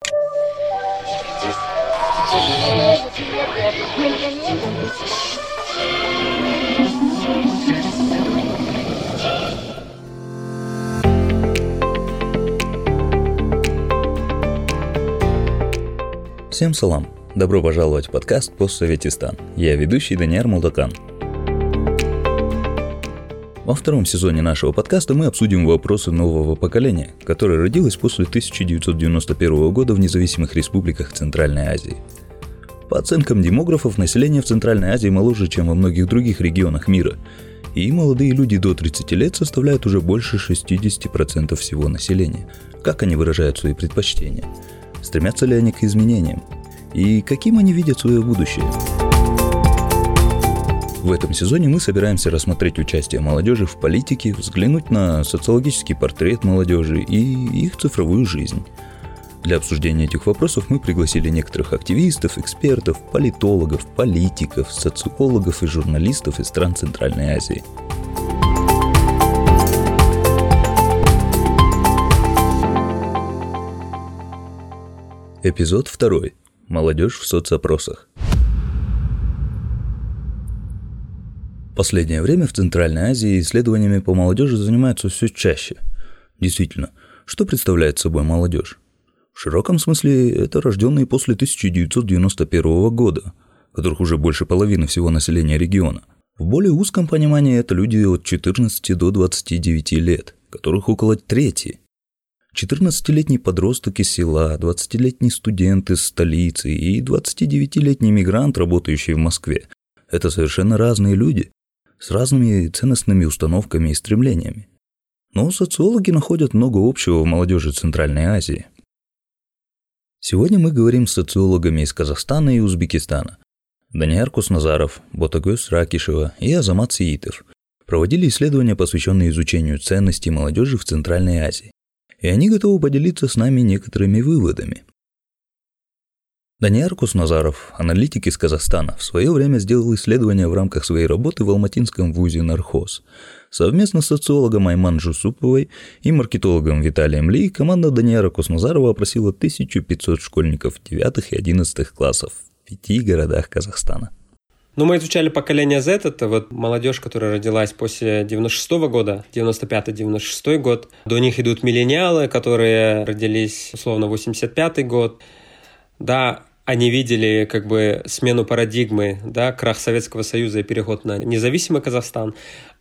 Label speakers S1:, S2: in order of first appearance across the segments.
S1: Всем салам! Добро пожаловать в подкаст «Постсоветистан». Я ведущий Данияр Молдакан. Во втором сезоне нашего подкаста мы обсудим вопросы нового поколения, которое родилось после 1991 года в независимых республиках Центральной Азии. По оценкам демографов, население в Центральной Азии моложе, чем во многих других регионах мира, и молодые люди до 30 лет составляют уже больше 60% всего населения. Как они выражают свои предпочтения? Стремятся ли они к изменениям? И каким они видят свое будущее? В этом сезоне мы собираемся рассмотреть участие молодежи в политике, взглянуть на социологический портрет молодежи и их цифровую жизнь. Для обсуждения этих вопросов мы пригласили некоторых активистов, экспертов, политологов, политиков, социологов и журналистов из стран Центральной Азии. Эпизод 2. Молодежь в соцопросах. В последнее время в Центральной Азии исследованиями по молодежи занимаются все чаще. Действительно, что представляет собой молодежь? В широком смысле это рожденные после 1991 года, которых уже больше половины всего населения региона. В более узком понимании это люди от 14 до 29 лет, которых около трети. 14-летний подросток из села, 20-летний студент из столицы и 29-летний мигрант, работающий в Москве – это совершенно разные люди, с разными ценностными установками и стремлениями. Но социологи находят много общего в молодежи Центральной Азии. Сегодня мы говорим с социологами из Казахстана и Узбекистана. Данияр Косназаров, Ботагөз Ракишева и Азамат Сеитов проводили исследования, посвященные изучению ценностей молодежи в Центральной Азии. И они готовы поделиться с нами некоторыми выводами. Данияр Косназаров, аналитик из Казахстана, в свое время сделал исследование в рамках своей работы в Алматинском вузе Нархоз. Совместно с социологом Айман Жусуповой и маркетологом Виталием Ли команда Данияра Косназарова опросила 1500 школьников 9 и 11 классов в 5 городах Казахстана.
S2: Мы изучали поколение Z, это вот молодежь, которая родилась после 96-го года, 95-96 год. До них идут миллениалы, которые родились, условно, 85-й год. Да, они видели как бы смену парадигмы, да, крах Советского Союза и переход на независимый Казахстан.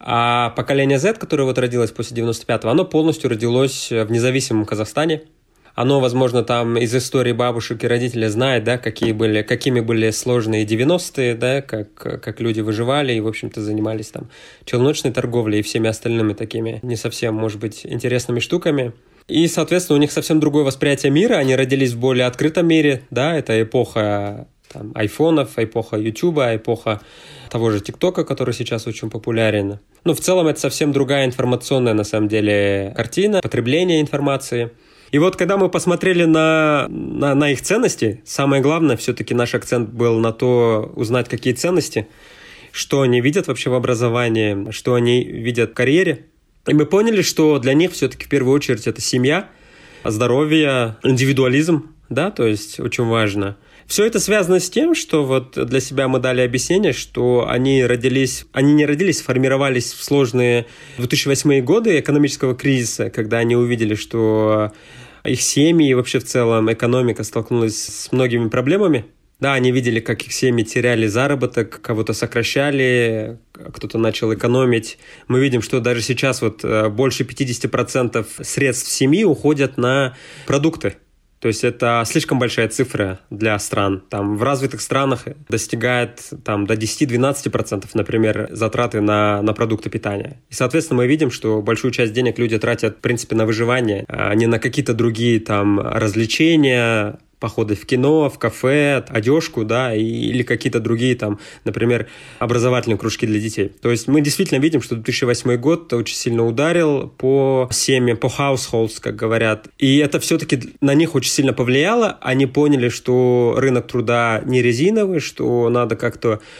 S2: А поколение Z, которое вот родилось после 95-го, оно полностью родилось в независимом Казахстане. Оно, возможно, там из истории бабушек и родителей знает, да, какими были сложные 90-е, да, как люди выживали и, в общем-то, занимались там челночной торговлей и всеми остальными такими не совсем, может быть, интересными штуками. И, соответственно, у них совсем другое восприятие мира, они родились в более открытом мире, да, это эпоха там, айфонов, эпоха ютуба, эпоха того же ТикТока, который сейчас очень популярен. В целом, это совсем другая информационная, на самом деле, картина, потребление информации. И вот когда мы посмотрели на их ценности, самое главное, все-таки наш акцент был на то, узнать, какие ценности, что они видят вообще в образовании, что они видят в карьере. И мы поняли, что для них все-таки в первую очередь это семья, здоровье, индивидуализм, да, то есть очень важно. Все это связано с тем, что вот для себя мы дали объяснение, что они не родились, формировались в сложные 2008 годы экономического кризиса, когда они увидели, что их семьи и вообще в целом экономика столкнулась с многими проблемами. Да, они видели, как их семьи теряли заработок, кого-то сокращали, кто-то начал экономить. Мы видим, что даже сейчас вот больше 50% средств семьи уходят на продукты. То есть это слишком большая цифра для стран. Там в развитых странах достигает там, до 10-12%, например, затраты на продукты питания. И, соответственно, мы видим, что большую часть денег люди тратят, в принципе, на выживание, а не на какие-то другие там развлечения, походы в кино, в кафе, одежку, да, или какие-то другие там, например, образовательные кружки для детей. То есть мы действительно видим, что 2008 год очень сильно ударил по семьям, по households, как говорят. И это все-таки на них очень сильно повлияло. Они поняли, что рынок труда не резиновый, что надо как-то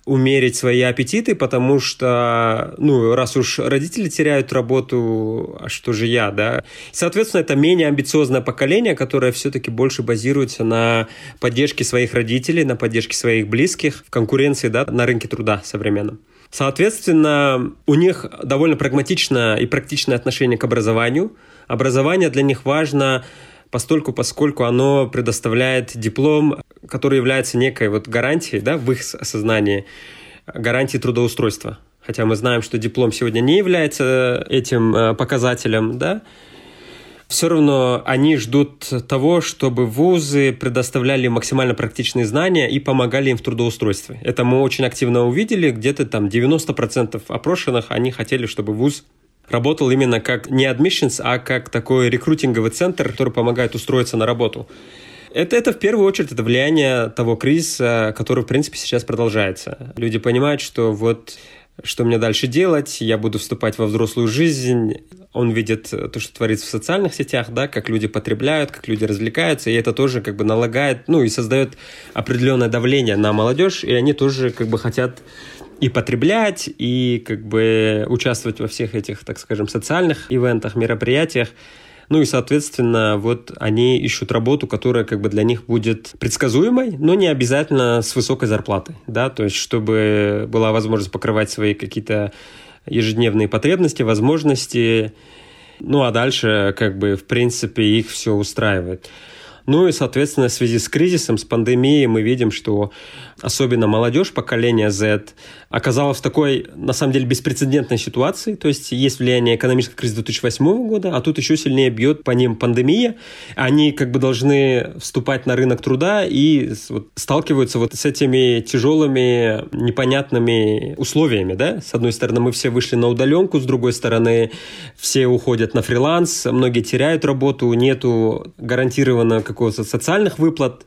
S2: умерить свои аппетиты, потому что, раз уж родители теряют работу, а что же я, да? Соответственно, это менее амбициозное поколение, которое все-таки больше базируется на поддержке своих родителей, на поддержке своих близких в конкуренции, да, на рынке труда современном. Соответственно, у них довольно прагматичное и практичное отношение к образованию. Образование для них важно поскольку оно предоставляет диплом, который является некой гарантией, да, в их сознании, гарантией трудоустройства. Хотя мы знаем, что диплом сегодня не является этим показателем, да, все равно они ждут того, чтобы вузы предоставляли максимально практичные знания и помогали им в трудоустройстве. Это мы очень активно увидели, где-то там 90% опрошенных, они хотели, чтобы вуз работал именно как не admissions, а как такой рекрутинговый центр, который помогает устроиться на работу. Это в первую очередь это влияние того кризиса, который, в принципе, сейчас продолжается. Люди понимают, что что мне дальше делать, я буду вступать во взрослую жизнь. Он видит то, что творится в социальных сетях, да, как люди потребляют, как люди развлекаются, и это тоже налагает, и создает определенное давление на молодежь, и они тоже хотят и потреблять, и участвовать во всех этих, так скажем, социальных ивентах, мероприятиях. И, соответственно, они ищут работу, которая для них будет предсказуемой, но не обязательно с высокой зарплатой, да, то есть чтобы была возможность покрывать свои какие-то ежедневные потребности, возможности, а дальше, в принципе, их все устраивает. И, соответственно, в связи с кризисом, с пандемией мы видим, что особенно молодежь, поколение Z, оказалась в такой, на самом деле, беспрецедентной ситуации. То есть есть влияние экономического кризиса 2008 года, а тут еще сильнее бьет по ним пандемия. Они должны вступать на рынок труда и сталкиваются с этими тяжелыми, непонятными условиями. Да? С одной стороны, мы все вышли на удаленку, с другой стороны, все уходят на фриланс, многие теряют работу, нету гарантированно какого-то социальных выплат.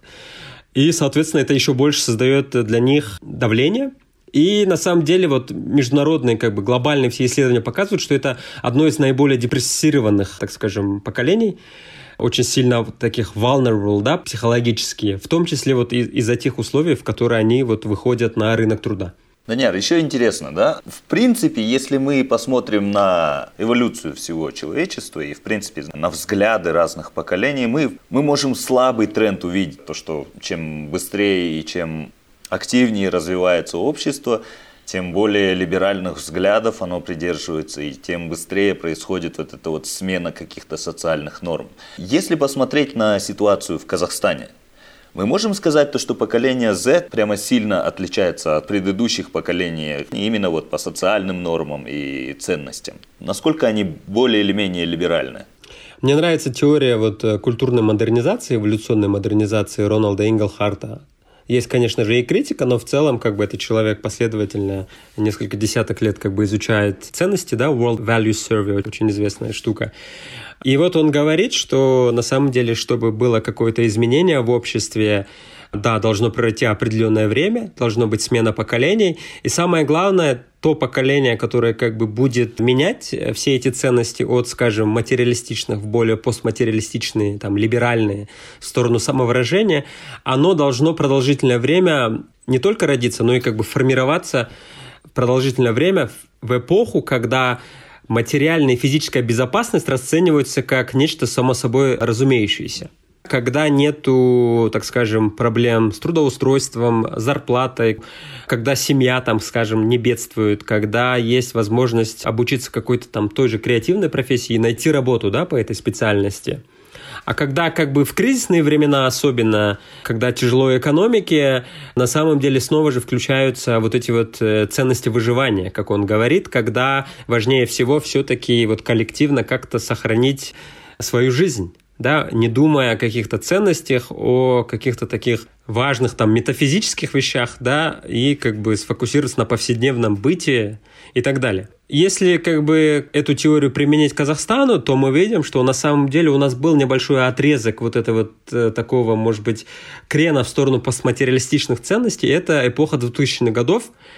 S2: И, соответственно, это еще больше создает для них давление. И, на самом деле, международные, глобальные все исследования показывают, что это одно из наиболее депрессированных, так скажем, поколений. Очень сильно таких vulnerable, да, психологические. В том числе из-за тех условий, в которые они выходят на рынок труда.
S3: Даниил, еще интересно, да? В принципе, если мы посмотрим на эволюцию всего человечества и, в принципе, на взгляды разных поколений, мы можем слабый тренд увидеть. То, что чем быстрее и чем активнее развивается общество, тем более либеральных взглядов оно придерживается, и тем быстрее происходит эта смена каких-то социальных норм. Если посмотреть на ситуацию в Казахстане, мы можем сказать, что поколение Z прямо сильно отличается от предыдущих поколений именно по социальным нормам и ценностям. Насколько они более или менее либеральны?
S2: Мне нравится теория культурной модернизации, эволюционной модернизации Рональда Инглхарта. Есть, конечно же, и критика, но в целом этот человек последовательно несколько десяток лет изучает ценности, да, World Values Survey, очень известная штука. И он говорит, что на самом деле, чтобы было какое-то изменение в обществе, да, должно пройти определенное время, должно быть смена поколений. И самое главное, то поколение, которое будет менять все эти ценности от, скажем, материалистичных в более постматериалистичные, либеральные, в сторону самовыражения, оно должно продолжительное время не только родиться, но и формироваться продолжительное время в эпоху, когда материальная и физическая безопасность расцениваются как нечто само собой разумеющееся. Когда нету, так скажем, проблем с трудоустройством, зарплатой, когда семья, не бедствует, когда есть возможность обучиться какой-то той же креативной профессии и найти работу, да, по этой специальности. А когда в кризисные времена особенно, когда тяжело экономике, на самом деле снова же включаются эти ценности выживания, как он говорит, когда важнее всего все-таки коллективно как-то сохранить свою жизнь. Да, не думая о каких-то ценностях, о каких-то таких важных метафизических вещах, да, и сфокусироваться на повседневном бытии и так далее. Если эту теорию применить к Казахстану, то мы видим, что на самом деле у нас был небольшой отрезок такого, может быть, крена в сторону постматериалистичных ценностей. Это эпоха 2000-х годов,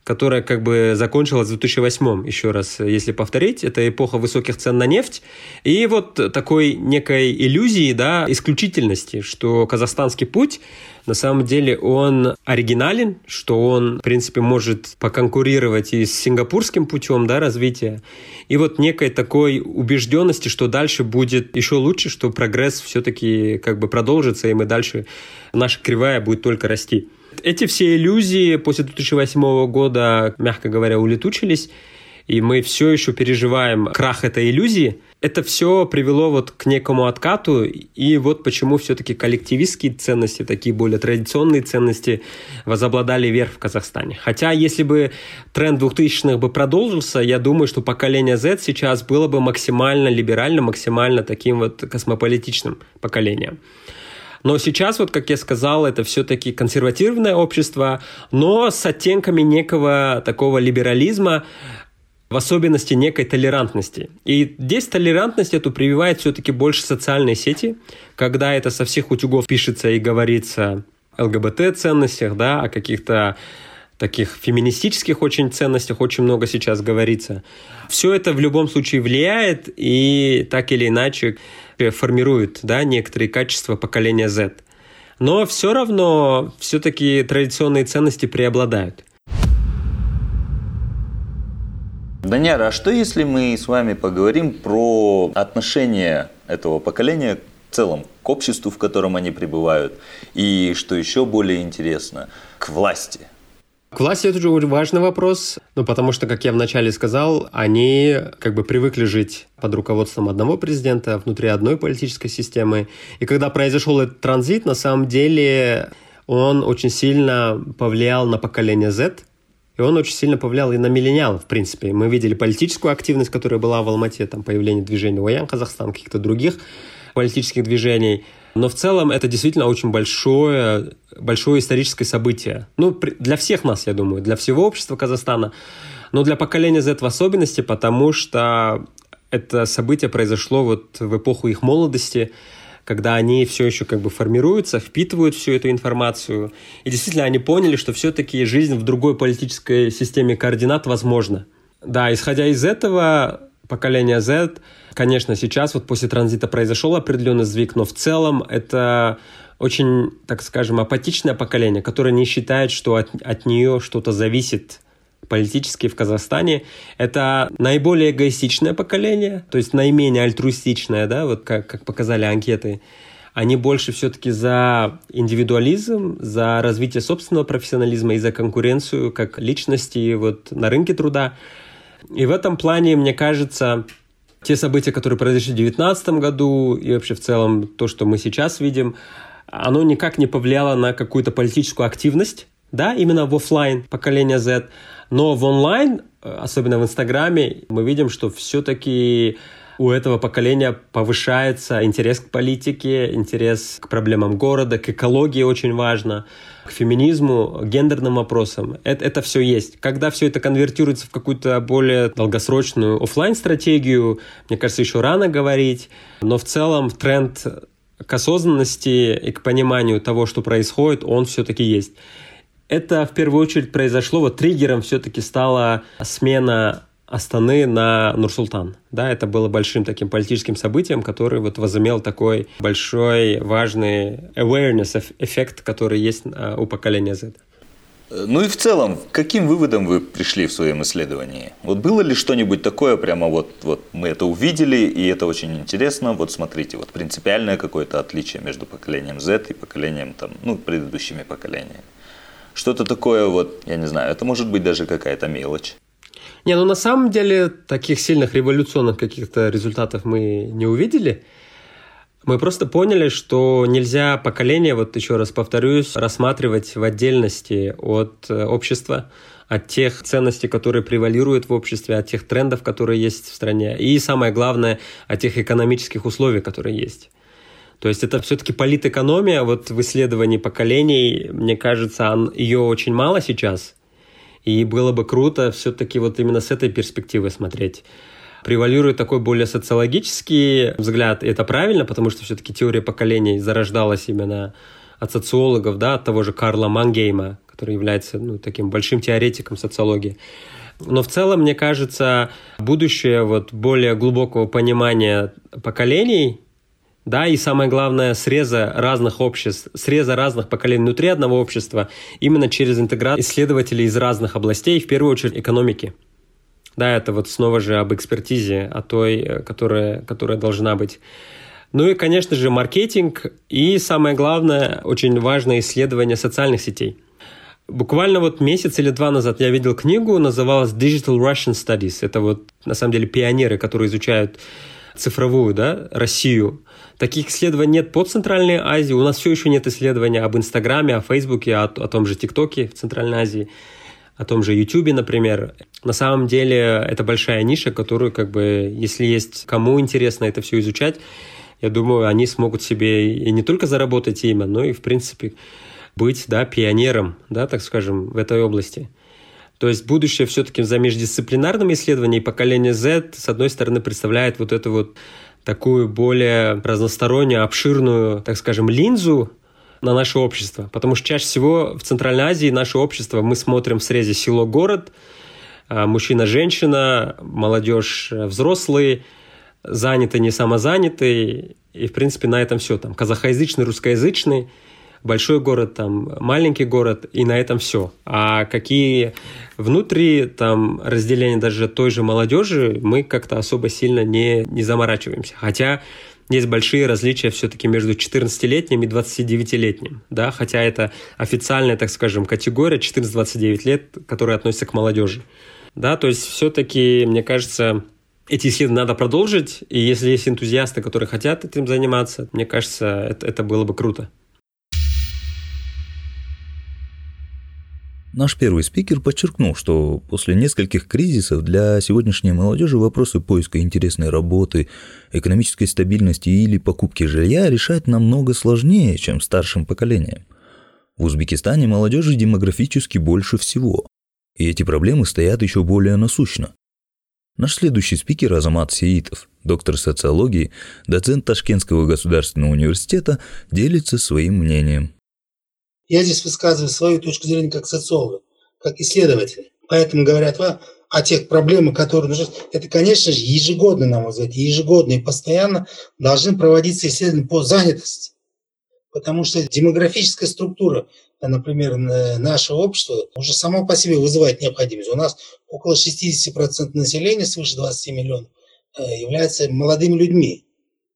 S2: которая как бы закончилась в 2008-м, еще раз, если повторить. Это эпоха высоких цен на нефть и вот такой некой иллюзии, да, исключительности, что казахстанский путь, на самом деле, он оригинален, что он, в принципе, может поконкурировать и с сингапурским путем, да, развития. И вот некой такой убежденности, что дальше будет еще лучше, что прогресс все-таки как бы продолжится, и мы дальше, наша кривая будет только расти. Эти все иллюзии после 2008 года, мягко говоря, улетучились, и мы все еще переживаем крах этой иллюзии. Это все привело вот к некому откату, и вот почему все-таки коллективистские ценности, такие более традиционные ценности, возобладали верх в Казахстане. Хотя, если бы тренд 2000-х бы продолжился, я думаю, что поколение Z сейчас было бы максимально либеральным, максимально таким вот космополитичным поколением. Но сейчас, вот как я сказал, это все-таки консервативное общество, но с оттенками некого такого либерализма, в особенности некой толерантности. И здесь толерантность эту прививает все-таки больше социальные сети, когда это со всех утюгов пишется и говорится о ЛГБТ-ценностях, да, о каких-то таких феминистических очень ценностях очень много сейчас говорится. Все это в любом случае влияет и так или иначе формирует, да, некоторые качества поколения Z. Но все равно все-таки традиционные ценности преобладают.
S3: Данияр, а что если мы с вами поговорим про отношение этого поколения в целом к обществу, в котором они пребывают, и, что еще более интересно, к власти?
S2: К власти это уже важный вопрос, потому что, как я вначале сказал, они как бы привыкли жить под руководством одного президента, внутри одной политической системы. И когда произошел этот транзит, на самом деле он очень сильно повлиял на поколение Z, и он очень сильно повлиял и на миллениалов, в принципе. Мы видели политическую активность, которая была в Алмате, там появление движения Оян Казахстан, каких-то других политических движений. Но в целом это действительно очень большое историческое событие. Для всех нас, я думаю, для всего общества Казахстана, но для поколения Z в особенности, потому что это событие произошло вот в эпоху их молодости, когда они все еще как бы формируются, впитывают всю эту информацию. И действительно они поняли, что все-таки жизнь в другой политической системе координат возможна. Да, исходя из этого, поколение Z, конечно, сейчас вот после транзита произошел определенный сдвиг, но в целом это очень, так скажем, апатичное поколение, которое не считает, что от нее что-то зависит политически в Казахстане. Это наиболее эгоистичное поколение, то есть наименее альтруистичное, да, вот как показали анкеты. Они больше все-таки за индивидуализм, за развитие собственного профессионализма и за конкуренцию как личности вот на рынке труда. И в этом плане, мне кажется, те события, которые произошли в 2019 году и вообще в целом то, что мы сейчас видим, оно никак не повлияло на какую-то политическую активность, да, именно в офлайн поколения Z. Но в онлайн, особенно в Инстаграме, мы видим, что все-таки у этого поколения повышается интерес к политике, интерес к проблемам города, к экологии очень важно, к феминизму, к гендерным вопросам. Это все есть. Когда все это конвертируется в какую-то более долгосрочную офлайн-стратегию, мне кажется, еще рано говорить, но в целом тренд к осознанности и к пониманию того, что происходит, он все-таки есть. Это в первую очередь произошло, вот триггером все-таки стала смена Астаны на Нур-Султан. Да, это было большим таким политическим событием, который вот возымел такой большой, важный awareness эффект, который есть у поколения Z.
S3: Ну и в целом, к каким выводам вы пришли в своем исследовании? Вот было ли что-нибудь такое, прямо вот мы это увидели, и это очень интересно, вот смотрите, вот принципиальное какое-то отличие между поколением Z и поколением, предыдущими поколениями? Что-то такое, вот, я не знаю, это может быть даже какая-то мелочь.
S2: На самом деле таких сильных революционных каких-то результатов мы не увидели. Мы просто поняли, что нельзя поколение, вот еще раз повторюсь, рассматривать в отдельности от общества, от тех ценностей, которые превалируют в обществе, от тех трендов, которые есть в стране, и самое главное, от тех экономических условий, которые есть. То есть это все-таки политэкономия, вот в исследовании поколений, мне кажется, ее очень мало сейчас, и было бы круто все-таки вот именно с этой перспективы смотреть. Превалирует такой более социологический взгляд, и это правильно, потому что все-таки теория поколений зарождалась именно от социологов, да, от того же Карла Мангейма, который является таким большим теоретиком социологии. Но в целом, мне кажется, будущее более глубокого понимания поколений, да, и самое главное, среза разных обществ, среза разных поколений внутри одного общества именно через интеграцию исследователей из разных областей, в первую очередь экономики. Да, это снова же об экспертизе, о той, которая должна быть. Ну и, конечно же, маркетинг и, самое главное, очень важное исследование социальных сетей. Буквально месяц или два назад я видел книгу, называлась Digital Russian Studies. Это на самом деле пионеры, которые изучают цифровую, да, Россию. Таких исследований нет по Центральной Азии. У нас все еще нет исследований об Инстаграме, о Фейсбуке, о том же ТикТоке в Центральной Азии, о том же Ютубе, например. На самом деле это большая ниша, которую, если есть кому интересно это все изучать, я думаю, они смогут себе и не только заработать имя, но и, в принципе, быть, да, пионером, да, так скажем, в этой области. То есть будущее все-таки за междисциплинарными исследованиями, поколение Z, с одной стороны, представляет эту такую более разностороннюю, обширную, так скажем, линзу на наше общество. Потому что чаще всего в Центральной Азии наше общество мы смотрим в срезе село-город, мужчина-женщина, молодежь, взрослые, занятый, не самозанятый. И, в принципе, на этом все. Там казахоязычный, русскоязычный, большой город, там маленький город, и на этом все. А какие внутри там разделения даже той же молодежи, мы как-то особо сильно не заморачиваемся. Хотя есть большие различия все-таки между 14-летним и 29-летним. Да? Хотя это официальная, так скажем, категория 14-29 лет, которая относится к молодежи. Да? То есть все-таки, мне кажется, эти исследования надо продолжить. И если есть энтузиасты, которые хотят этим заниматься, мне кажется, это было бы круто.
S1: Наш первый спикер подчеркнул, что после нескольких кризисов для сегодняшней молодежи вопросы поиска интересной работы, экономической стабильности или покупки жилья решать намного сложнее, чем старшим поколением. В Узбекистане молодежи демографически больше всего, и эти проблемы стоят еще более насущно. Наш следующий спикер Азамат Сеитов, доктор социологии, доцент Ташкентского государственного университета, делится своим мнением.
S4: Я здесь высказываю свою точку зрения как социолог, как исследователь. Поэтому говорят о тех проблемах, которые нужны. Это, конечно же, ежегодно, на мой взгляд, ежегодно и постоянно должны проводиться исследования по занятости. Потому что демографическая структура, например, нашего общества уже само по себе вызывает необходимость. У нас около 60% населения, свыше 20 миллионов, являются молодыми людьми.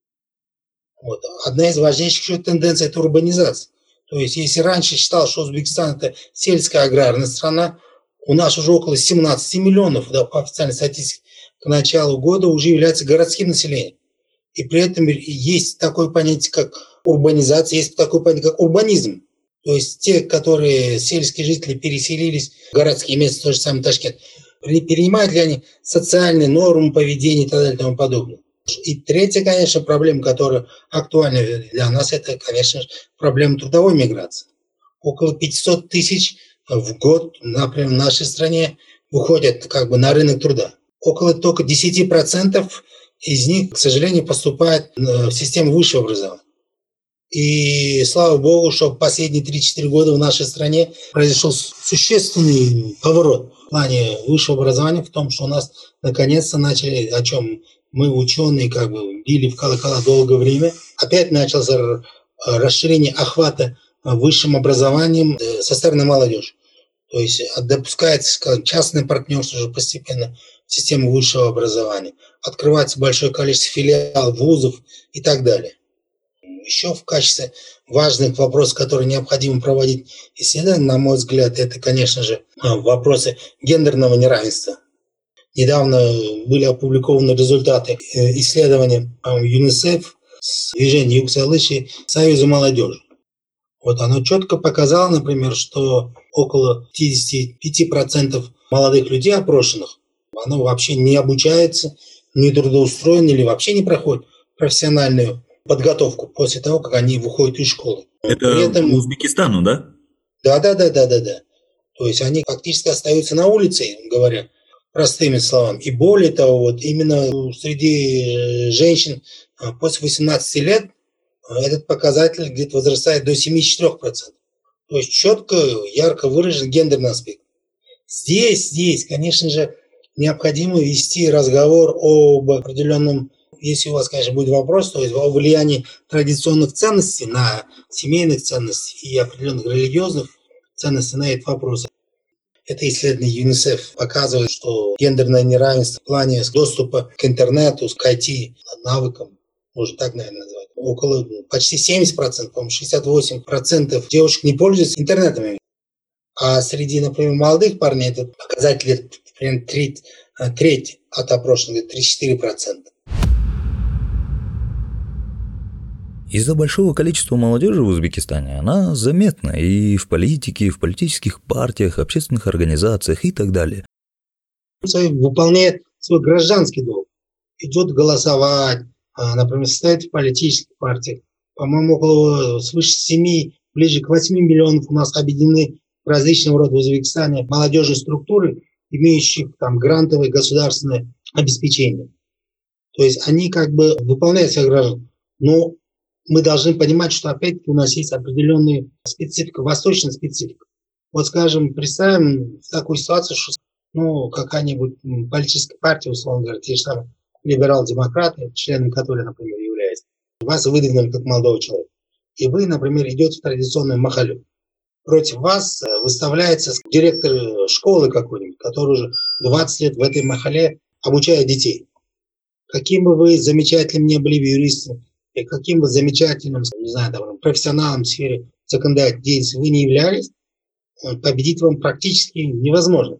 S4: Одна из важнейших еще тенденций – это урбанизация. То есть, если раньше считалось, что Узбекистан – это сельская аграрная страна, у нас уже около 17 миллионов, да, по официальной статистике, к началу года уже является городским населением. И при этом есть такое понятие, как урбанизация, есть такое понятие, как урбанизм. То есть, те, которые сельские жители переселились в городские места, тот же самый Ташкент, перенимают ли они социальные нормы поведения и так далее и тому подобное. И третья, конечно, проблема, которая актуальна для нас, это, конечно, проблема трудовой миграции. Около 500 тысяч в год, например, в нашей стране выходят на рынок труда. Около только 10% из них, к сожалению, поступают в систему высшего образования. И слава богу, что последние 3-4 года в нашей стране произошел существенный поворот в плане высшего образования, в том, что у нас наконец-то начали, о чем мы, ученые, били в колокола долгое время. Опять началось расширение охвата высшим образованием со стороны молодежи. То есть допускается частное партнерство уже постепенно в систему высшего образования. Открывается большое количество филиалов, вузов и так далее. Еще в качестве важных вопросов, которые необходимо проводить исследования, на мой взгляд, это, конечно же, вопросы гендерного неравенства. Недавно были опубликованы результаты исследования ЮНИСЕФ с движения Юксалыши Союза молодежи. Оно четко показало, например, что около 55% молодых людей опрошенных, оно вообще не обучается, не трудоустроено или вообще не проходит профессиональную подготовку после того, как они выходят из школы.
S1: Это Узбекистану, да?
S4: Да. То есть они фактически остаются на улице, говоря простыми словами. И более того, именно среди женщин после 18 лет этот показатель где-то возрастает до 74%. То То есть четко, ярко выражен гендерный аспект. Здесь, конечно же, необходимо вести разговор об определенном, если у вас, конечно, будет вопрос, то есть о влиянии традиционных ценностей на семейных ценностей и определенных религиозных ценностей на этот вопрос. Это исследование ЮНИСЕФ показывает, что гендерное неравенство в плане доступа к интернету, к IT, навыкам, можно так, наверное, назвать, около почти 70%, по-моему, 68% девушек не пользуются интернетом. А среди, например, молодых парней этот показатель примерно треть от опрошенных, 34%.
S1: Из-за большого количества молодежи в Узбекистане она заметна и в политике, и в политических партиях, общественных организациях и так далее.
S4: Выполняет свой гражданский долг. Идет голосовать, например, состоит в политических партиях. По-моему, около свыше 7, ближе к 8 миллионов у нас объединены различного рода в Узбекистане молодежные структуры, имеющие там грантовое государственное обеспечение. То есть они как бы выполняют своих граждан. Но мы должны понимать, что опять-таки у нас есть определенная специфика, восточная специфика. Вот, скажем, представим такую ситуацию, что какая-нибудь политическая партия, условно говоря, те же самые либерал-демократы, членами которой, например, являются, вас выдвинули как молодого человека. И вы, например, идете в традиционную махалю. Против вас выставляется директор школы какой-нибудь, который уже 20 лет в этой махале обучает детей. Каким бы вы замечательным не были юристом, и каким бы замечательным, не знаю, там, профессионалом в сфере законодательной деятельности вы не являлись, победить вам практически невозможно.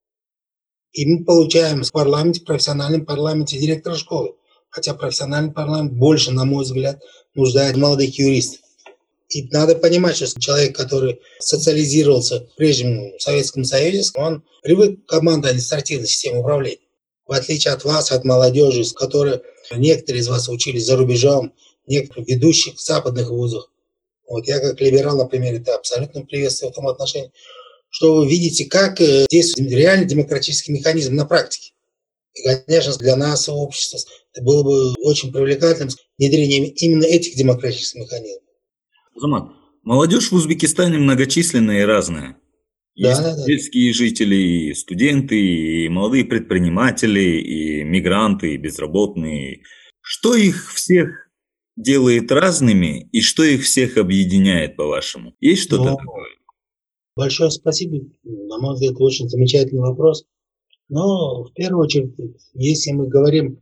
S4: И мы получаем в парламенте, в профессиональном парламенте директора школы. Хотя профессиональный парламент больше, на мой взгляд, нуждает в молодых юристов. И надо понимать, что человек, который социализировался в прежнем Советском Союзе, он привык к командно-административной системе управления. В отличие от вас, от молодежи, с которой некоторые из вас учились за рубежом, некоторые в ведущих западных вузах. Вот я как либерал, например, это абсолютно приветствую в том отношении, что вы видите, как действует реальный демократический механизм на практике. И, конечно, для нас, общества, это было бы очень привлекательным внедрением именно этих демократических механизмов.
S1: Азамат, молодежь в Узбекистане многочисленная и разная. Есть сельские жители, и студенты, и молодые предприниматели, и мигранты, и безработные. Что их всех делает разными, и что их всех объединяет, по-вашему? Есть что-то такое?
S4: Большое спасибо. На мой взгляд, это очень замечательный вопрос. Но в первую очередь, если мы говорим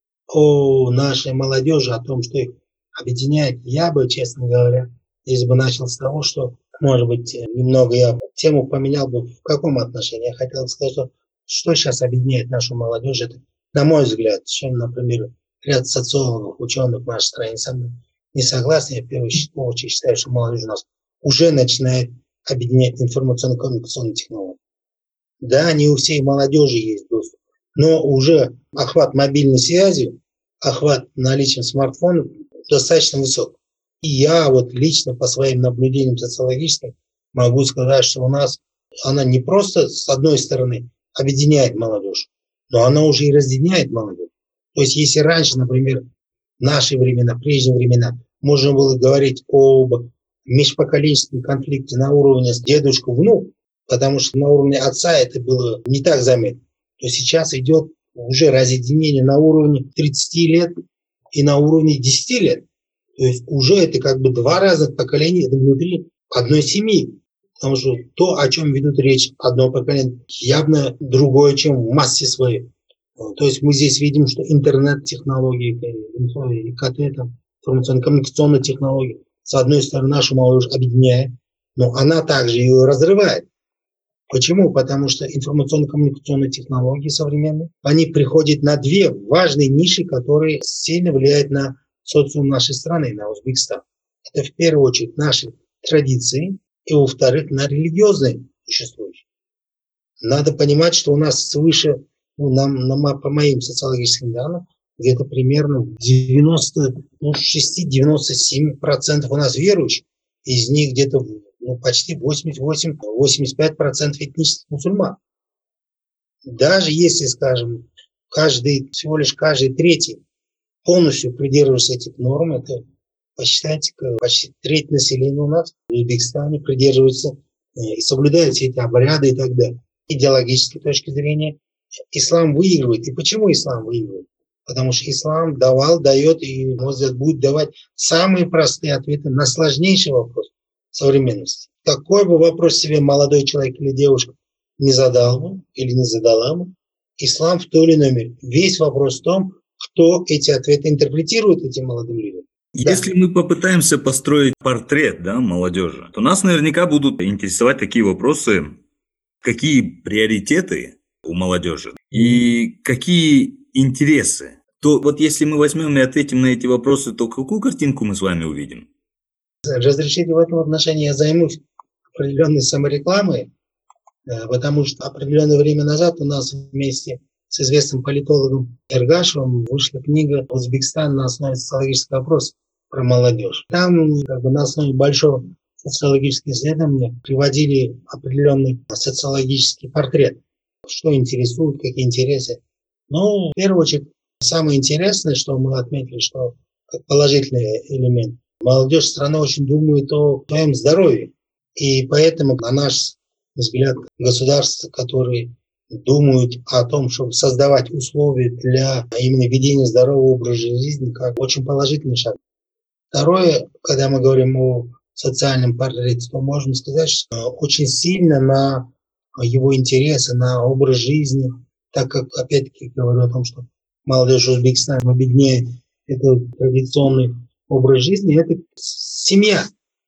S4: о нашей молодежи, о том, что их объединяет, я бы, честно говоря, здесь бы начал с того, что, может быть, немного я тему поменял бы в каком отношении. Я хотел сказать, что сейчас объединяет нашу молодежь. Это, на мой взгляд, с чем, например, ряд социологов, ученых в нашей стране со мной не согласны. Я в первую очередь считаю, что молодежь у нас уже начинает объединять информационно-коммуникационные технологии. Да, не у всей молодежи есть доступ, но уже охват мобильной связи, охват наличием смартфонов достаточно высок. И я вот лично по своим наблюдениям социологическим могу сказать, что у нас она не просто с одной стороны объединяет молодежь, но она уже и разъединяет молодежь. То есть если раньше, например, в наши времена, прежние времена, можно было говорить об межпоколенческом конфликте на уровне дедушка-внук, потому что на уровне отца это было не так заметно, то сейчас идет уже разъединение на уровне 30 лет и на уровне 10 лет. То есть уже это как бы два разных поколения внутри одной семьи. Потому что то, о чем ведут речь одно поколение, явно другое, чем в массе своей. То есть мы здесь видим, что интернет-технологии, ИКТ, информационно-коммуникационные технологии, с одной стороны, нашу молодежь объединяет, но она также ее разрывает. Почему? Потому что информационно-коммуникационные технологии современные, они приходят на две важные ниши, которые сильно влияют на социум нашей страны, на Узбекистан. Это в первую очередь наши традиции, и во-вторых, на религиозные существующие. Надо понимать, что у нас свыше, по моим социологическим данным, где-то примерно 96-97% у нас верующих, из них где-то почти 88-85% этнических мусульман. Даже если, скажем, всего лишь каждый третий полностью придерживается этих норм, это Посчитайте, почти треть населения у нас в Узбекистане придерживаются и соблюдают все эти обряды и так далее. Идеологической точки зрения ислам выигрывает. И почему ислам выигрывает? Потому что ислам давал, дает и, может быть, будет давать самые простые ответы на сложнейший вопрос современности. Какой бы вопрос себе молодой человек или девушка не задал бы или не задала бы, ислам в той или иной мере. Весь вопрос в том, кто эти ответы интерпретирует этим молодым людям.
S1: Если мы попытаемся построить портрет молодежи, то нас наверняка будут интересовать такие вопросы, какие приоритеты у молодежи и какие интересы. То вот если мы возьмем и ответим на эти вопросы, то какую картинку мы с вами увидим?
S4: Разрешите в этом отношении я займусь определенной саморекламой, потому что определенное время назад у нас вместе с известным политологом Эргашевым вышла книга «Узбекистан на основе социологического опроса» про молодежь. Там на основе большого социологического исследования приводили определенный социологический портрет, что интересует, какие интересы. Ну, в первую очередь, самое интересное, что мы отметили, что как положительный элемент, молодежь страны очень думает о своем здоровье. И поэтому, на наш взгляд, государства, которые думают о том, чтобы создавать условия для именно ведения здорового образа жизни, как очень положительный шаг. Второе, когда мы говорим о социальном портрете, то можно сказать, что очень сильно на его интересы, на образ жизни, так как, опять-таки, говорю о том, что молодежь Узбекистана объединяет это традиционный образ жизни, это семья.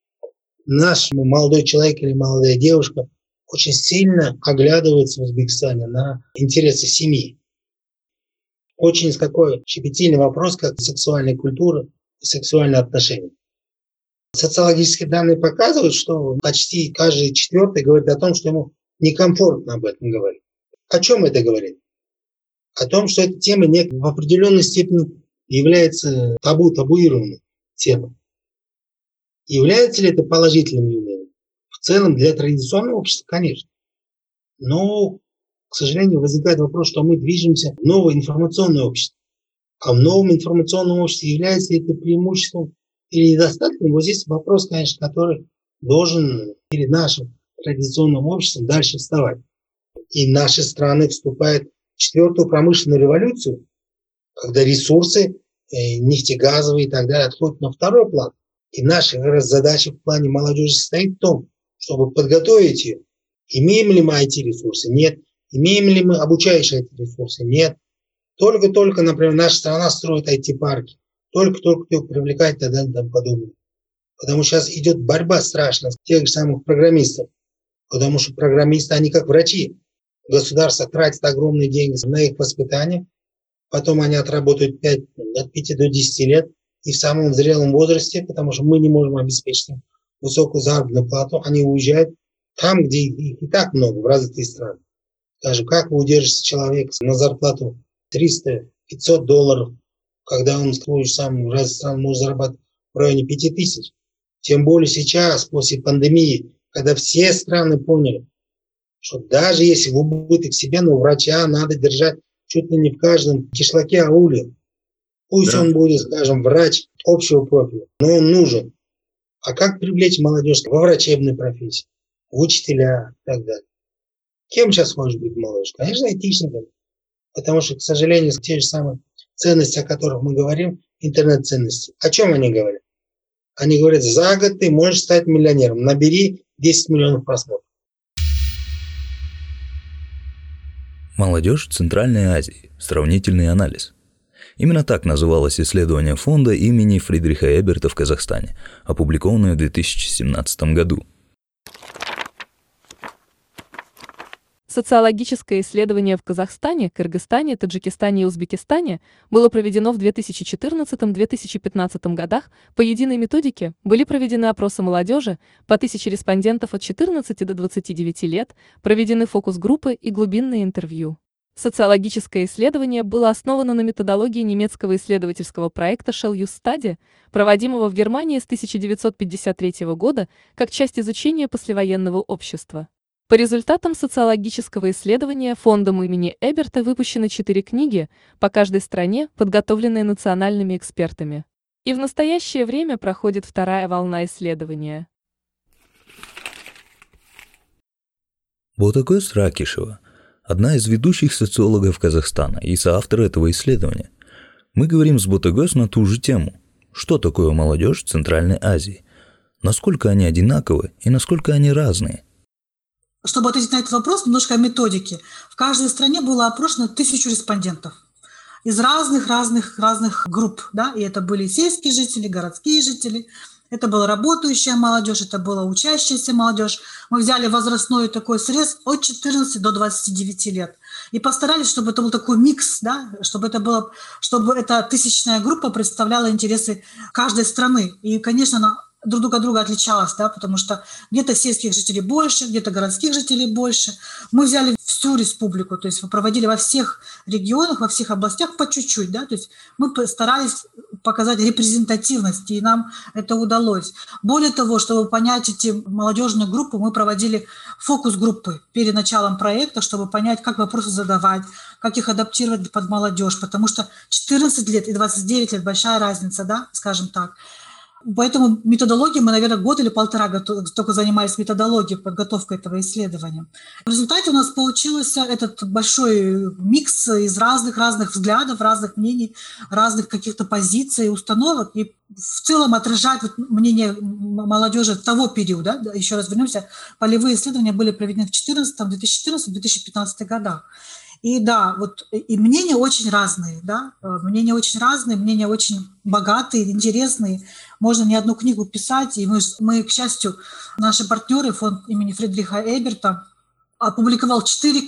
S4: Наш молодой человек или молодая девушка очень сильно оглядывается в Узбекистане на интересы семьи. Очень такой щепетильный вопрос, как сексуальная культура и сексуальные отношения. Социологические данные показывают, что почти каждый четвертый говорит о том, что ему некомфортно об этом говорить. О чем это говорит? О том, что эта тема в определенной степени является табуированной темой. Является ли это положительным явлением? В целом для традиционного общества, конечно. Но, к сожалению, возникает вопрос, что мы движемся в новое информационное общество. А в новом информационном обществе является ли это преимуществом или недостатком? Вот здесь вопрос, конечно, который должен перед нашим традиционным обществом дальше вставать. И наши страны вступают в четвертую промышленную революцию, когда ресурсы нефтегазовые и так далее отходят на второй план. И наша задача в плане молодежи состоит в том, чтобы подготовить ее. Имеем ли мы IT-ресурсы? Нет. Имеем ли мы обучающие IT-ресурсы? Нет. Только-только, например, наша страна строит IT-парки. Только-только их привлекает и так далее и тому подобное. Потому что сейчас идет борьба страшная с тех же самых программистов. Потому что программисты, они как врачи. Государство тратит огромные деньги на их воспитание. Потом они отработают от 5 до 10 лет. И в самом зрелом возрасте, потому что мы не можем обеспечить им высокую заработную плату, они уезжают там, где их и так много, в развитые страны. Скажем, как вы удержите человека на зарплату $300-500, когда он в ту же самую развитую страну может зарабатывать в районе 5000. Тем более сейчас, после пандемии, когда все страны поняли, что даже если в убыток себе, но врача надо держать чуть ли не в каждом кишлаке ауля. Пусть он будет, скажем, врач общего профиля, но он нужен. А как привлечь молодежь во врачебной профессии, в учителя и так далее? Кем сейчас может быть молодежь? Конечно, айтишником. Потому что, к сожалению, те же самые ценности, о которых мы говорим, интернет-ценности. О чем они говорят? Они говорят, за год ты можешь стать миллионером. Набери 10 миллионов просмотров.
S1: Молодежь Центральной Азии. Сравнительный анализ. Именно так называлось исследование фонда имени Фридриха Эберта в Казахстане, опубликованное в 2017 году.
S5: Социологическое исследование в Казахстане, Кыргызстане, Таджикистане и Узбекистане было проведено в 2014-2015 годах. По единой методике были проведены опросы молодежи по 1000 респондентов от 14 до 29 лет, проведены фокус-группы и глубинные интервью. Социологическое исследование было основано на методологии немецкого исследовательского проекта Shell Use Study, проводимого в Германии с 1953 года как часть изучения послевоенного общества. По результатам социологического исследования фондом имени Эберта выпущены 4 книги по каждой стране, подготовленные национальными экспертами. И в настоящее время проходит вторая волна исследования.
S1: Ботагөз Ракишева – одна из ведущих социологов Казахстана и соавтор этого исследования. Мы говорим с Ботагөз на ту же тему. Что такое молодежь в Центральной Азии? Насколько они одинаковы и насколько они разные?
S6: Чтобы ответить на этот вопрос, немножко о методике. В каждой стране было опрошено 1000 респондентов из разных групп. Да? И это были сельские жители, городские жители, это была работающая молодежь, это была учащаяся молодежь. Мы взяли возрастной такой срез от 14 до 29 лет. И постарались, чтобы это был такой микс, да? чтобы эта тысячная группа представляла интересы каждой страны. И, конечно, она друг от друга отличалась, да, потому что где-то сельских жителей больше, где-то городских жителей больше. Мы взяли всю республику, то есть мы проводили во всех регионах, во всех областях по чуть-чуть, да, то есть мы старались показать репрезентативность, и нам это удалось. Более того, чтобы понять эти молодежные группы, мы проводили фокус-группы перед началом проекта, чтобы понять, как вопросы задавать, как их адаптировать под молодежь, потому что 14 лет и 29 лет – большая разница, да, скажем так. Поэтому методологией мы, наверное, год или полтора только занимались методологией, подготовкой этого исследования. В результате у нас получился этот большой микс из разных взглядов, разных мнений, разных каких-то позиций, установок. И в целом отражать мнение молодежи того периода. Еще раз вернемся, полевые исследования были проведены в 2014-2015 годах. И да, вот и мнения очень разные, да, мнения очень богатые, интересные. Можно не одну книгу писать, и мы, к счастью, наши партнеры, фонд имени Фридриха Эберта, опубликовал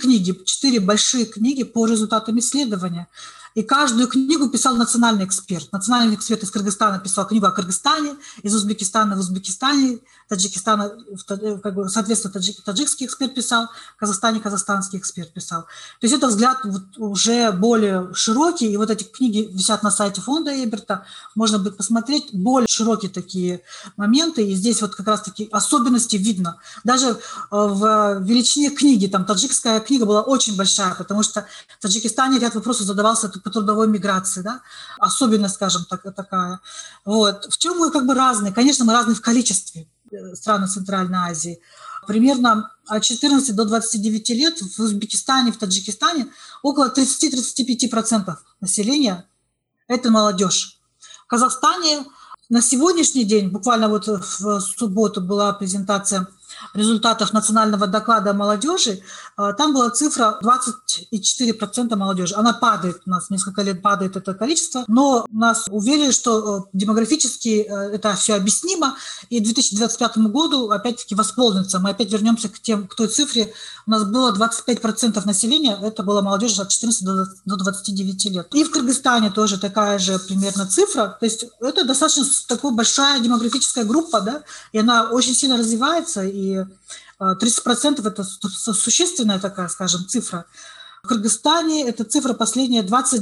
S6: 4 большие книги по результатам исследования. И каждую книгу писал национальный эксперт. Национальный эксперт из Кыргызстана писал книгу о Кыргызстане, из Узбекистана в Узбекистане, Таджикистана, соответственно, таджикский эксперт писал, в Казахстане казахстанский эксперт писал. То есть это взгляд уже более широкий, и вот эти книги висят на сайте фонда Эберта, можно будет посмотреть более широкие такие моменты, и здесь вот как раз-таки особенности видно. Даже в величине книги, там таджикская книга была очень большая, потому что в Таджикистане ряд вопросов задавался по трудовой миграции, да, особенность, скажем так, такая. Вот. В чем мы как бы разные? Конечно, мы разные в количестве стран Центральной Азии. Примерно от 14 до 29 лет в Узбекистане, в Таджикистане около 30-35% населения – это молодежь. В Казахстане на сегодняшний день, буквально вот в субботу была презентация результатов национального доклада о молодежи, там была цифра 24% молодежи. Она падает, у нас несколько лет падает это количество, но нас уверили, что демографически это все объяснимо, и к 2025 году опять-таки восполнится. Мы опять вернемся к той цифре. У нас было 25% населения, это была молодежь от 14 до 29 лет. И в Кыргызстане тоже такая же примерно цифра. То есть это достаточно такая большая демографическая группа, да, и она очень сильно развивается, и 30% это существенная такая, скажем, цифра. В Кыргызстане эта цифра последняя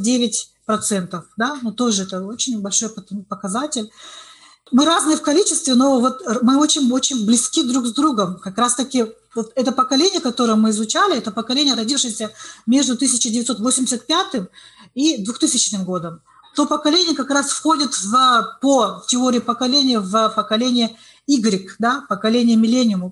S6: 29%, да, но тоже это очень большой показатель. Мы разные в количестве, но вот мы очень близки друг с другом. Как раз-таки вот это поколение, которое мы изучали, это поколение, родившееся между 1985 и 2000 годом. То поколение как раз входит по теории поколения в поколение Y, да, поколение миллениумов.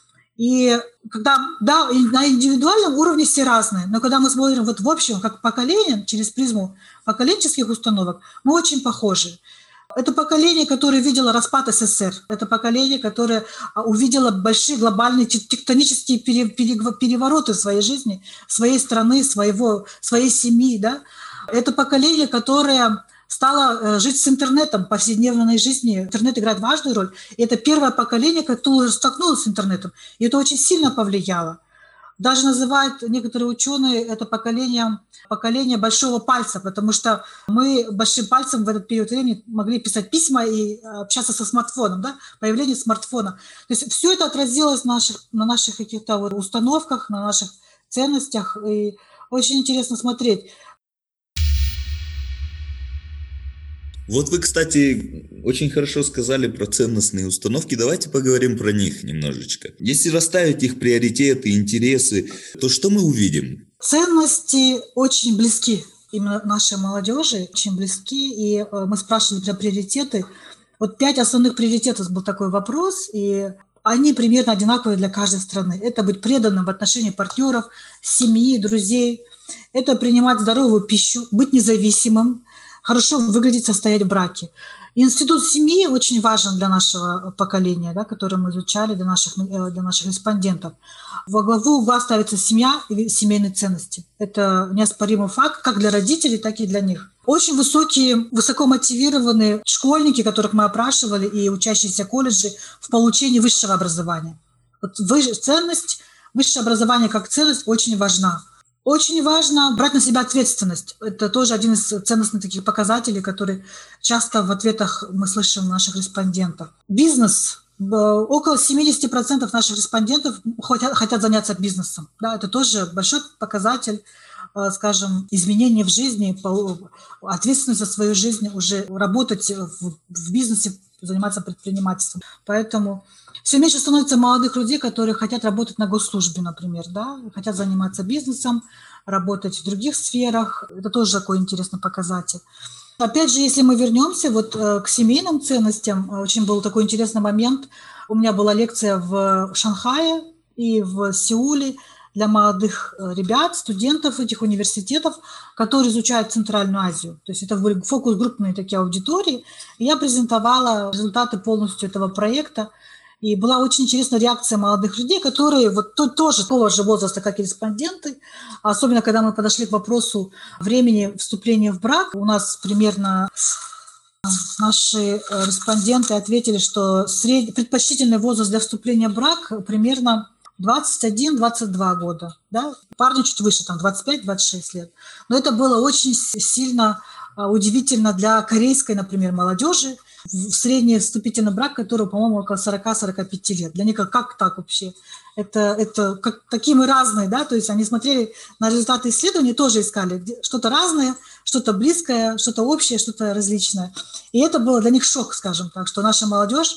S6: И когда, да, на индивидуальном уровне все разные, но когда мы смотрим вот в общем, как поколение, через призму поколенческих установок, мы очень похожи. Это поколение, которое видело распад СССР, это поколение, которое увидело большие глобальные тектонические перевороты в своей жизни, своей страны, своей семьи. Да? Это поколение, которое стало жить с интернетом в повседневной жизни. Интернет играет важную роль. И это первое поколение, которое столкнулось с интернетом. И это очень сильно повлияло. Даже называют некоторые ученые это поколение большого пальца, потому что мы большим пальцем в этот период времени могли писать письма и общаться со смартфоном, да? Появление смартфона. То есть все это отразилось на наших каких-то установках, на наших ценностях. И очень интересно смотреть.
S3: Вот вы, кстати, очень хорошо сказали про ценностные установки. Давайте поговорим про них немножечко. Если расставить их приоритеты, интересы, то что мы увидим?
S6: Ценности очень близки именно нашей молодежи очень близки, и мы спрашивали про приоритеты. Вот 5 основных приоритетов был такой вопрос, и они примерно одинаковые для каждой страны. Это быть преданным в отношении партнеров, семьи, друзей. Это принимать здоровую пищу, быть независимым, хорошо выглядеть, состоять в браке. Институт семьи очень важен для нашего поколения, да, которое мы изучали, для наших респондентов. Во главу угла ставится семья и семейные ценности. Это неоспоримый факт как для родителей, так и для них. Очень высокие, высоко мотивированные школьники, которых мы опрашивали, и учащиеся колледжей в получении высшего образования. Вот ценность, высшее образование как ценность очень важна. Очень важно брать на себя ответственность. Это тоже один из ценностных таких показателей, которые часто в ответах мы слышим наших респондентов. Бизнес. Около 70% наших респондентов хотят заняться бизнесом. Да, это тоже большой показатель, скажем, изменений в жизни, ответственность за свою жизнь, уже работать в бизнесе, заниматься предпринимательством. Поэтому все меньше становится молодых людей, которые хотят работать на госслужбе, например, да, хотят заниматься бизнесом, работать в других сферах. Это тоже такой интересный показатель. Опять же, если мы вернемся вот к семейным ценностям, очень был такой интересный момент. У меня была лекция в Шанхае и в Сеуле для молодых ребят, студентов этих университетов, которые изучают Центральную Азию. То есть это были фокус-группные такие аудитории. И я презентовала результаты полностью этого проекта. И была очень интересная реакция молодых людей, которые вот тоже того же возраста, как и респонденты. Особенно, когда мы подошли к вопросу времени вступления в брак. У нас примерно наши респонденты ответили, что предпочтительный возраст для вступления в брак примерно 21-22 года. Да? Парни чуть выше, там 25-26 лет. Но это было очень сильно удивительно для корейской, например, молодежи. Средний вступительный брак, который, по-моему, около 40-45 лет. Для них как так вообще? Это как, такие мы разные, да? То есть они смотрели на результаты исследований, тоже искали что-то разное, что-то близкое, что-то общее, что-то различное. И это было для них шок, скажем так, что наша молодежь,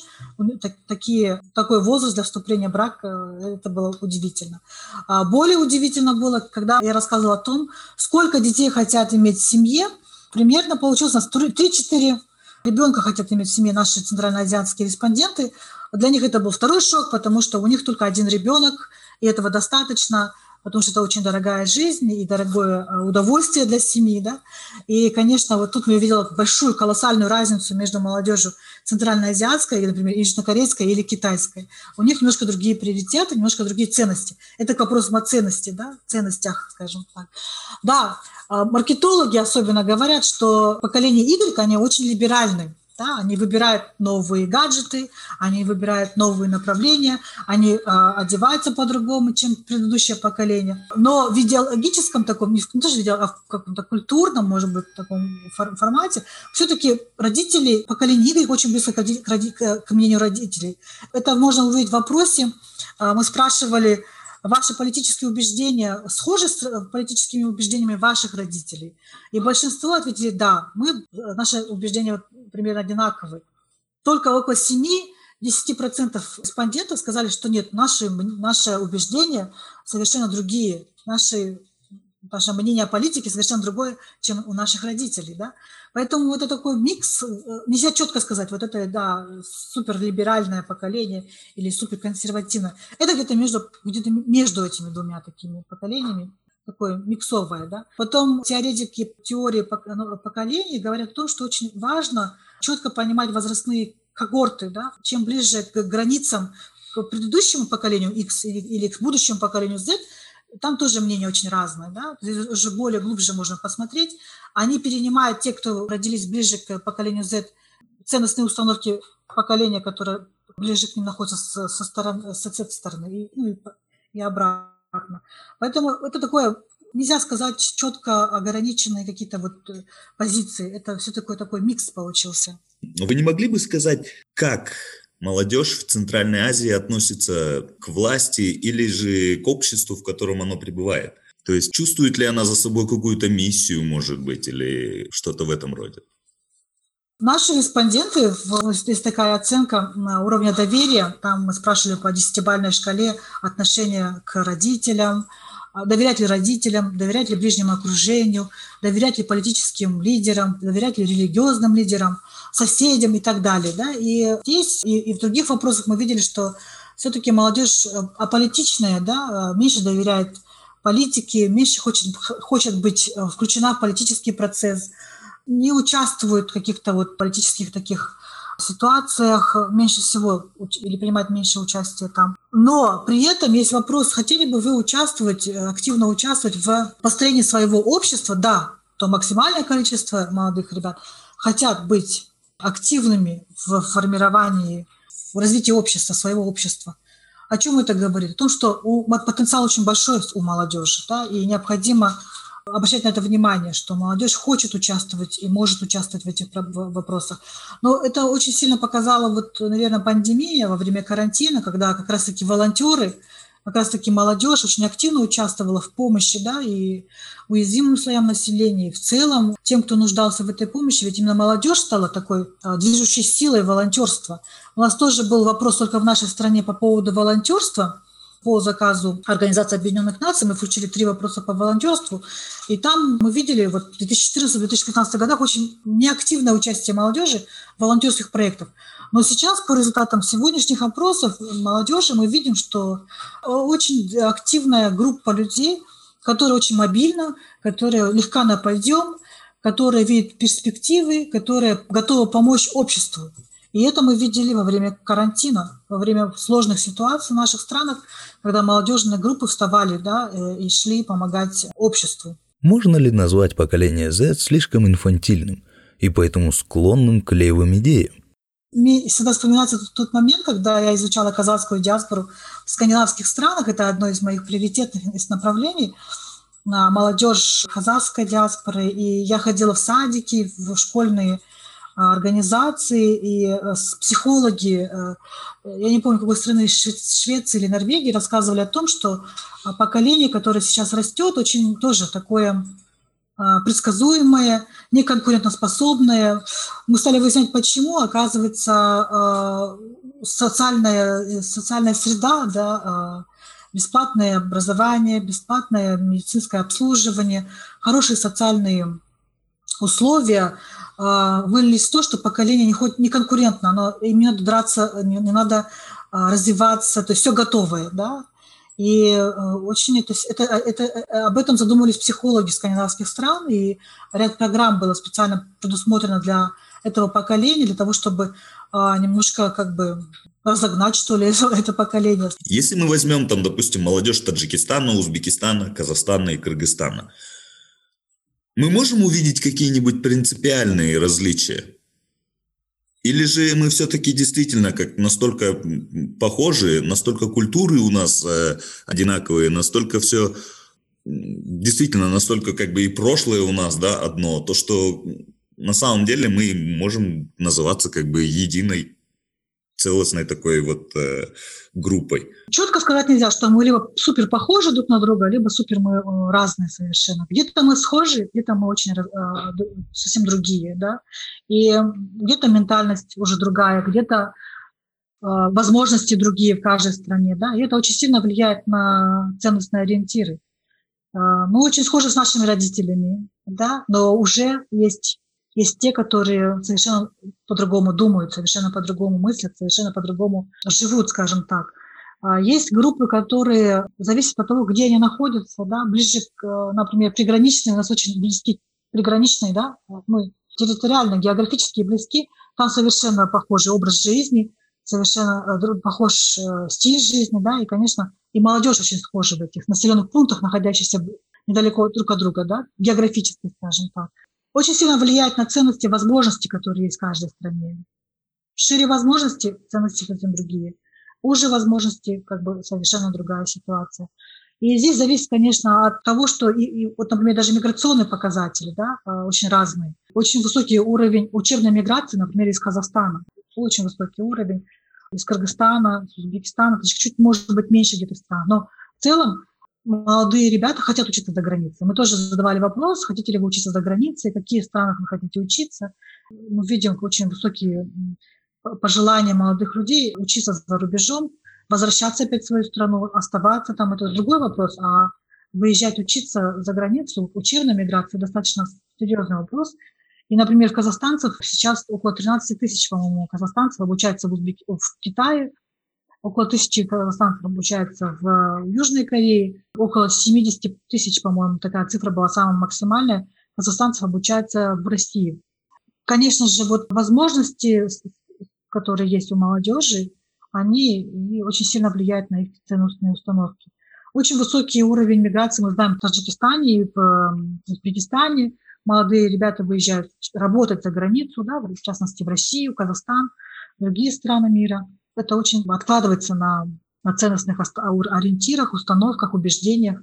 S6: такой возраст для вступления в брак, это было удивительно. Более удивительно было, когда я рассказывала о том, сколько детей хотят иметь в семье. Примерно получилось у нас 3-4 ребенка хотят иметь в семье наши центральноазиатские респонденты. Для них это был второй шок, потому что у них только один ребенок, и этого достаточно, потому что это очень дорогая жизнь и дорогое удовольствие для семьи. Да? И, конечно, вот тут я видела большую, колоссальную разницу между молодежью центральноазиатской, например, южнокорейской или китайской. У них немножко другие приоритеты, немножко другие ценности. Это к вопросу о ценности, да? Ценностях, скажем так. Да, маркетологи особенно говорят, что поколение Y, они очень либеральны. Да? Они выбирают новые гаджеты, они выбирают новые направления, они одеваются по-другому, чем предыдущее поколение. Но в идеологическом таком, не тоже а в каком-то культурном, может быть, таком формате, все-таки родители, поколение Y очень близко к мнению родителей. Это можно увидеть в вопросе. Мы спрашивали, ваши политические убеждения схожи с политическими убеждениями ваших родителей? И большинство ответили, да, наши убеждения примерно одинаковые. Только около 7-10% респондентов сказали, что нет, наши убеждения совершенно другие. Наше мнение о политике совершенно другое, чем у наших родителей. Да? Поэтому вот это такой микс, нельзя четко сказать, вот это, да, суперлиберальное поколение или суперконсервативное. Это где-то между этими двумя такими поколениями, такое миксовое. Да? Потом теоретики теории поколений говорят о том, что очень важно четко понимать возрастные когорты. Да? Чем ближе к границам к предыдущему поколению X или к будущему поколению Z, там тоже мнение очень разное, да? Здесь уже более глубже можно посмотреть. Они перенимают, те, кто родились ближе к поколению Z, ценностные установки поколения, которое ближе к ним находится с этой стороны, и обратно. Поэтому это такое, нельзя сказать четко ограниченные какие-то вот позиции. Это все такой микс получился.
S7: Но вы не могли бы сказать, как молодежь в Центральной Азии относится к власти или же к обществу, в котором она пребывает? То есть чувствует ли она за собой какую-то миссию, может быть, или что-то в этом роде?
S6: Наши респонденты, есть такая оценка уровня доверия, там мы спрашивали по 10-бальной шкале отношения к родителям, доверять ли родителям, доверять ли ближнему окружению, доверять ли политическим лидерам, доверять ли религиозным лидерам, соседям и так далее. Да? И здесь, и в других вопросах мы видели, что все-таки молодежь аполитичная, да, меньше доверяет политике, меньше хочет быть включена в политический процесс, не участвует в каких-то вот политических таких ситуациях, меньше всего или принимать меньше участия там. Но при этом есть вопрос, хотели бы вы активно участвовать в построении своего общества? Да, то максимальное количество молодых ребят хотят быть активными в формировании, в развитии общества, своего общества. О чем это говорит? О том, что потенциал очень большой у молодежи, да, и необходимо обращать на это внимание, что молодежь хочет участвовать и может участвовать в этих вопросах. Но это очень сильно показала, наверное, пандемия во время карантина, когда как раз-таки волонтеры, как раз-таки молодежь очень активно участвовала в помощи, да, и уязвимым слоям населения, и в целом тем, кто нуждался в этой помощи. Ведь именно молодежь стала такой движущей силой волонтерства. У нас тоже был вопрос только в нашей стране по поводу волонтерства. По заказу Организации Объединенных Наций мы включили 3 вопроса по волонтерству. И там мы видели в 2014-2015 годах очень неактивное участие молодежи в волонтерских проектах. Но сейчас по результатам сегодняшних опросов молодежи мы видим, что очень активная группа людей, которая очень мобильна, которая легка на подъем, которая видит перспективы, которая готова помочь обществу. И это мы видели во время карантина, во время сложных ситуаций в наших странах, когда молодежные группы вставали, да, и шли помогать обществу.
S1: Можно ли назвать поколение Z слишком инфантильным и поэтому склонным к левым идеям?
S6: Мне всегда вспоминается тот момент, когда я изучала казахскую диаспору в скандинавских странах. Это одно из моих приоритетных направлений. Молодежь казахской диаспоры. И я ходила в садики, в школьные организации, и психологи, я не помню, какой страны, Швеции или Норвегии, рассказывали о том, что поколение, которое сейчас растет, очень тоже такое предсказуемое, неконкурентоспособное. Мы стали выяснять, почему. Оказывается, социальная среда, да, бесплатное образование, бесплатное медицинское обслуживание, хорошие социальные условия вылились в то, что поколение не конкурентно, им не надо драться, не надо развиваться, то есть все готовое, да. И очень об этом задумывались психологи скандинавских стран, и ряд программ было специально предусмотрено для этого поколения, для того, чтобы немножко разогнать, что ли, это поколение.
S7: Если мы возьмем там, допустим, молодежь Таджикистана, Узбекистана, Казахстана и Кыргызстана, мы можем увидеть какие-нибудь принципиальные различия? Или же мы все-таки действительно как настолько похожи, настолько культуры у нас одинаковые, настолько все, действительно, настолько и прошлое у нас, да, одно, то, что на самом деле мы можем называться единой, целостной такой группой.
S6: Четко сказать нельзя, что мы либо супер похожи друг на друга, либо супер мы разные совершенно. Где-то мы схожи, где-то мы очень совсем другие, да. И где-то ментальность уже другая, где-то возможности другие в каждой стране, да. И это очень сильно влияет на ценностные ориентиры. Мы очень схожи с нашими родителями, да, но уже есть те, которые совершенно по-другому думают, совершенно по-другому мыслят, совершенно по-другому живут, скажем так. Есть группы, которые зависят от того, где они находятся, да, ближе например, приграничные, у нас очень близки приграничные, да, мы территориально, географически близки, там совершенно похожий образ жизни, совершенно похож стиль жизни, да, и, конечно, и молодежь очень схожа в этих населенных пунктах, находящихся недалеко друг от друга, да, географически, скажем так. Очень сильно влияет на ценности и возможности, которые есть в каждой стране. Шире возможности, ценности совсем другие. Уже возможности, совершенно другая ситуация. И здесь зависит, конечно, от того, что, например, даже миграционные показатели, да, очень разные. Очень высокий уровень учебной миграции, например, из Казахстана. Очень высокий уровень. Из Кыргызстана, из Узбекистана, чуть-чуть, может быть, меньше где-то стран. Но в целом молодые ребята хотят учиться за границей. Мы тоже задавали вопрос, хотите ли вы учиться за границей, в каких странах вы хотите учиться. Мы видим очень высокие пожелания молодых людей учиться за рубежом, возвращаться опять в свою страну, оставаться там. Это другой вопрос. А выезжать учиться за границу, учебная миграция достаточно серьезный вопрос. И, например, казахстанцев сейчас около 13 тысяч, по-моему, казахстанцев обучается в Китае, около 1000 казахстанцев обучается в Южной Корее, около 70 тысяч, по-моему, такая цифра была самая максимальная, казахстанцев обучается в России. Конечно же, вот возможности, которые есть у молодежи, они очень сильно влияют на их ценностные установки. Очень высокий уровень миграции мы знаем в Таджикистане и в Узбекистане. Молодые ребята выезжают работать за границу, да, в частности в Россию, Казахстан, другие страны мира. Это очень откладывается на ценностных ориентирах, установках, убеждениях.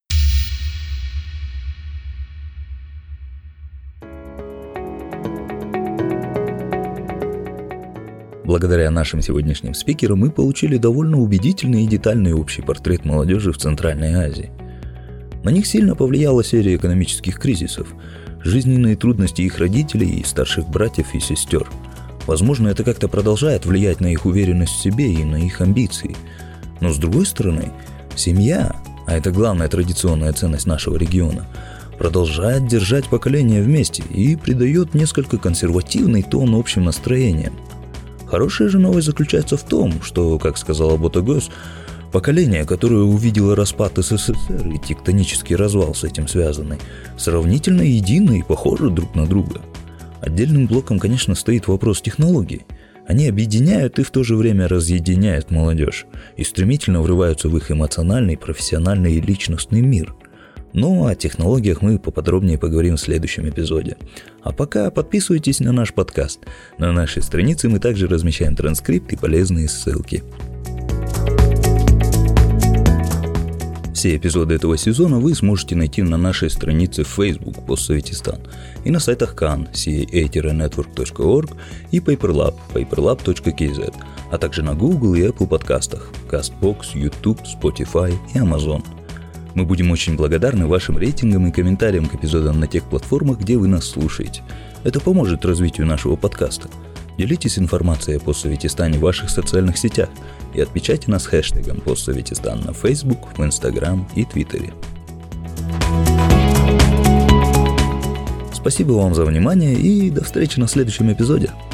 S1: Благодаря нашим сегодняшним спикерам мы получили довольно убедительный и детальный общий портрет молодежи в Центральной Азии. На них сильно повлияла серия экономических кризисов, жизненные трудности их родителей и старших братьев и сестер. Возможно, это как-то продолжает влиять на их уверенность в себе и на их амбиции. Но с другой стороны, семья, а это главная традиционная ценность нашего региона, продолжает держать поколение вместе и придает несколько консервативный тон общим настроениям. Хорошая же новость заключается в том, что, как сказала Ботагос, поколение, которое увидело распад СССР и тектонический развал с этим связанный, сравнительно едины и похожи друг на друга. Отдельным блоком, конечно, стоит вопрос технологий. Они объединяют и в то же время разъединяют молодежь и стремительно врываются в их эмоциональный, профессиональный и личностный мир. Но о технологиях мы поподробнее поговорим в следующем эпизоде. А пока подписывайтесь на наш подкаст. На нашей странице мы также размещаем транскрипт и полезные ссылки. Все эпизоды этого сезона вы сможете найти на нашей странице в Facebook «Постсоветистан» и на сайтах CAN, ca-network.org и PaperLab, paperlab.kz, а также на Google и Apple подкастах, CastBox, YouTube, Spotify и Amazon. Мы будем очень благодарны вашим рейтингам и комментариям к эпизодам на тех платформах, где вы нас слушаете. Это поможет развитию нашего подкаста. Делитесь информацией о Постсоветистане в ваших социальных сетях и отмечайте нас хэштегом Постсоветистан на Facebook, в Instagram и Твиттере. Спасибо вам за внимание и до встречи на следующем эпизоде.